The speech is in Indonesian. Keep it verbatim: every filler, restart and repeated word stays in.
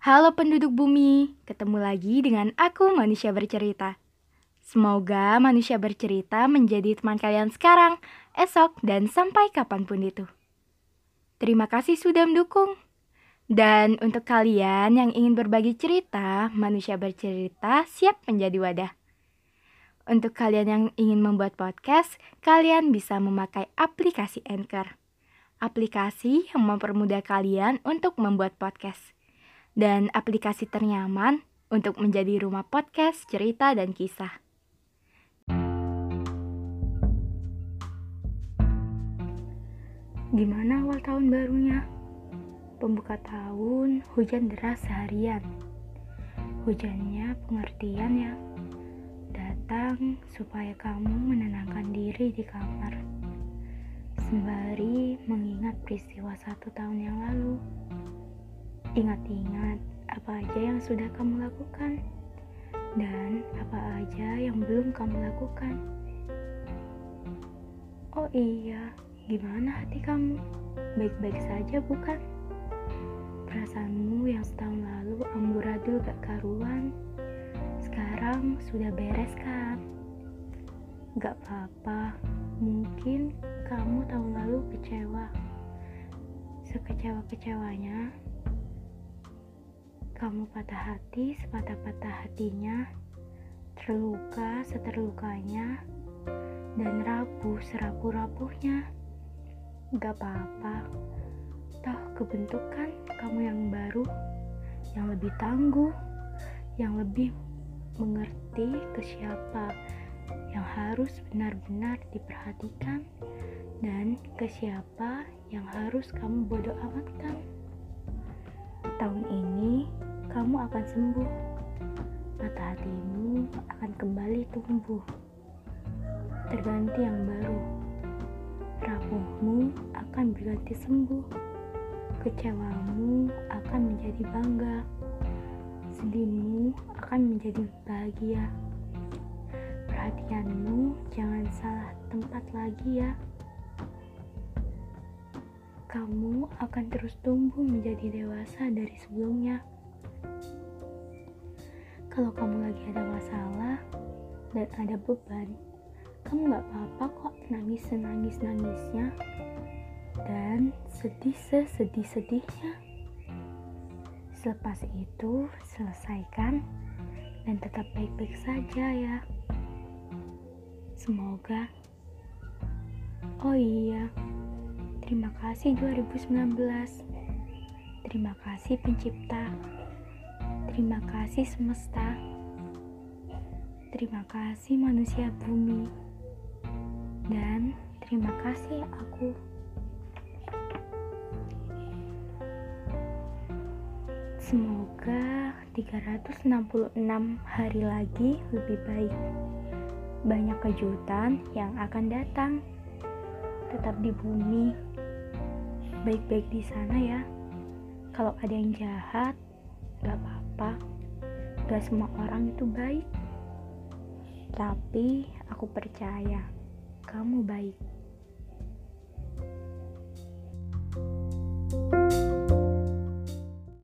Halo penduduk bumi, ketemu lagi dengan aku Manusia Bercerita. Semoga Manusia Bercerita menjadi teman kalian sekarang, esok, dan sampai kapanpun itu. Terima kasih sudah mendukung. Dan untuk kalian yang ingin berbagi cerita, Manusia Bercerita siap menjadi wadah. Untuk kalian yang ingin membuat podcast, kalian bisa memakai aplikasi Anchor. Aplikasi yang mempermudah kalian untuk membuat podcast. Dan aplikasi ternyaman untuk menjadi rumah podcast, cerita, dan kisah. Gimana awal tahun barunya? Pembuka tahun, hujan deras seharian. Hujannya pengertian ya. Datang supaya kamu menenangkan diri di kamar. Sembari mengingat peristiwa satu tahun yang lalu. Ingat-ingat apa aja yang sudah kamu lakukan dan apa aja yang belum kamu lakukan. Oh iya, gimana hati kamu? Baik-baik saja bukan? Perasaanmu yang setahun lalu amburadul gak karuan, sekarang sudah beres kan? Gak apa-apa, mungkin kamu tahun lalu kecewa. Sekecewa-kecewanya, kamu patah hati sepatah-patah hatinya, terluka seterlukanya, dan rapuh serapuh-rapuhnya. Gak apa-apa, toh kebentukan kamu yang baru, yang lebih tangguh, yang lebih mengerti ke siapa yang harus benar-benar diperhatikan dan ke siapa yang harus kamu bodoh amatkan. Tahun ini kamu akan sembuh, mata hatimu akan kembali tumbuh, terganti yang baru, rapuhmu akan berganti sembuh, kecewamu akan menjadi bangga, sedihmu akan menjadi bahagia, perhatianmu jangan salah tempat lagi ya. Kamu akan terus tumbuh menjadi dewasa dari sebelumnya. Kalau kamu lagi ada masalah dan ada beban, kamu gak apa-apa kok nangis senangis-nangisnya dan sedih sesedih-sedihnya. Selepas itu, selesaikan dan tetap baik-baik saja ya. Semoga. Oh iya, terima kasih dua ribu sembilan belas. Terima kasih pencipta. Terima kasih semesta. Terima kasih manusia bumi. Dan terima kasih aku. Semoga tiga ratus enam puluh enam hari lagi lebih baik. Banyak kejutan yang akan datang. Tetap di bumi. Baik-baik di sana ya. Kalau ada yang jahat, gak apa-apa. Gak semua orang itu baik. Tapi aku percaya kamu baik.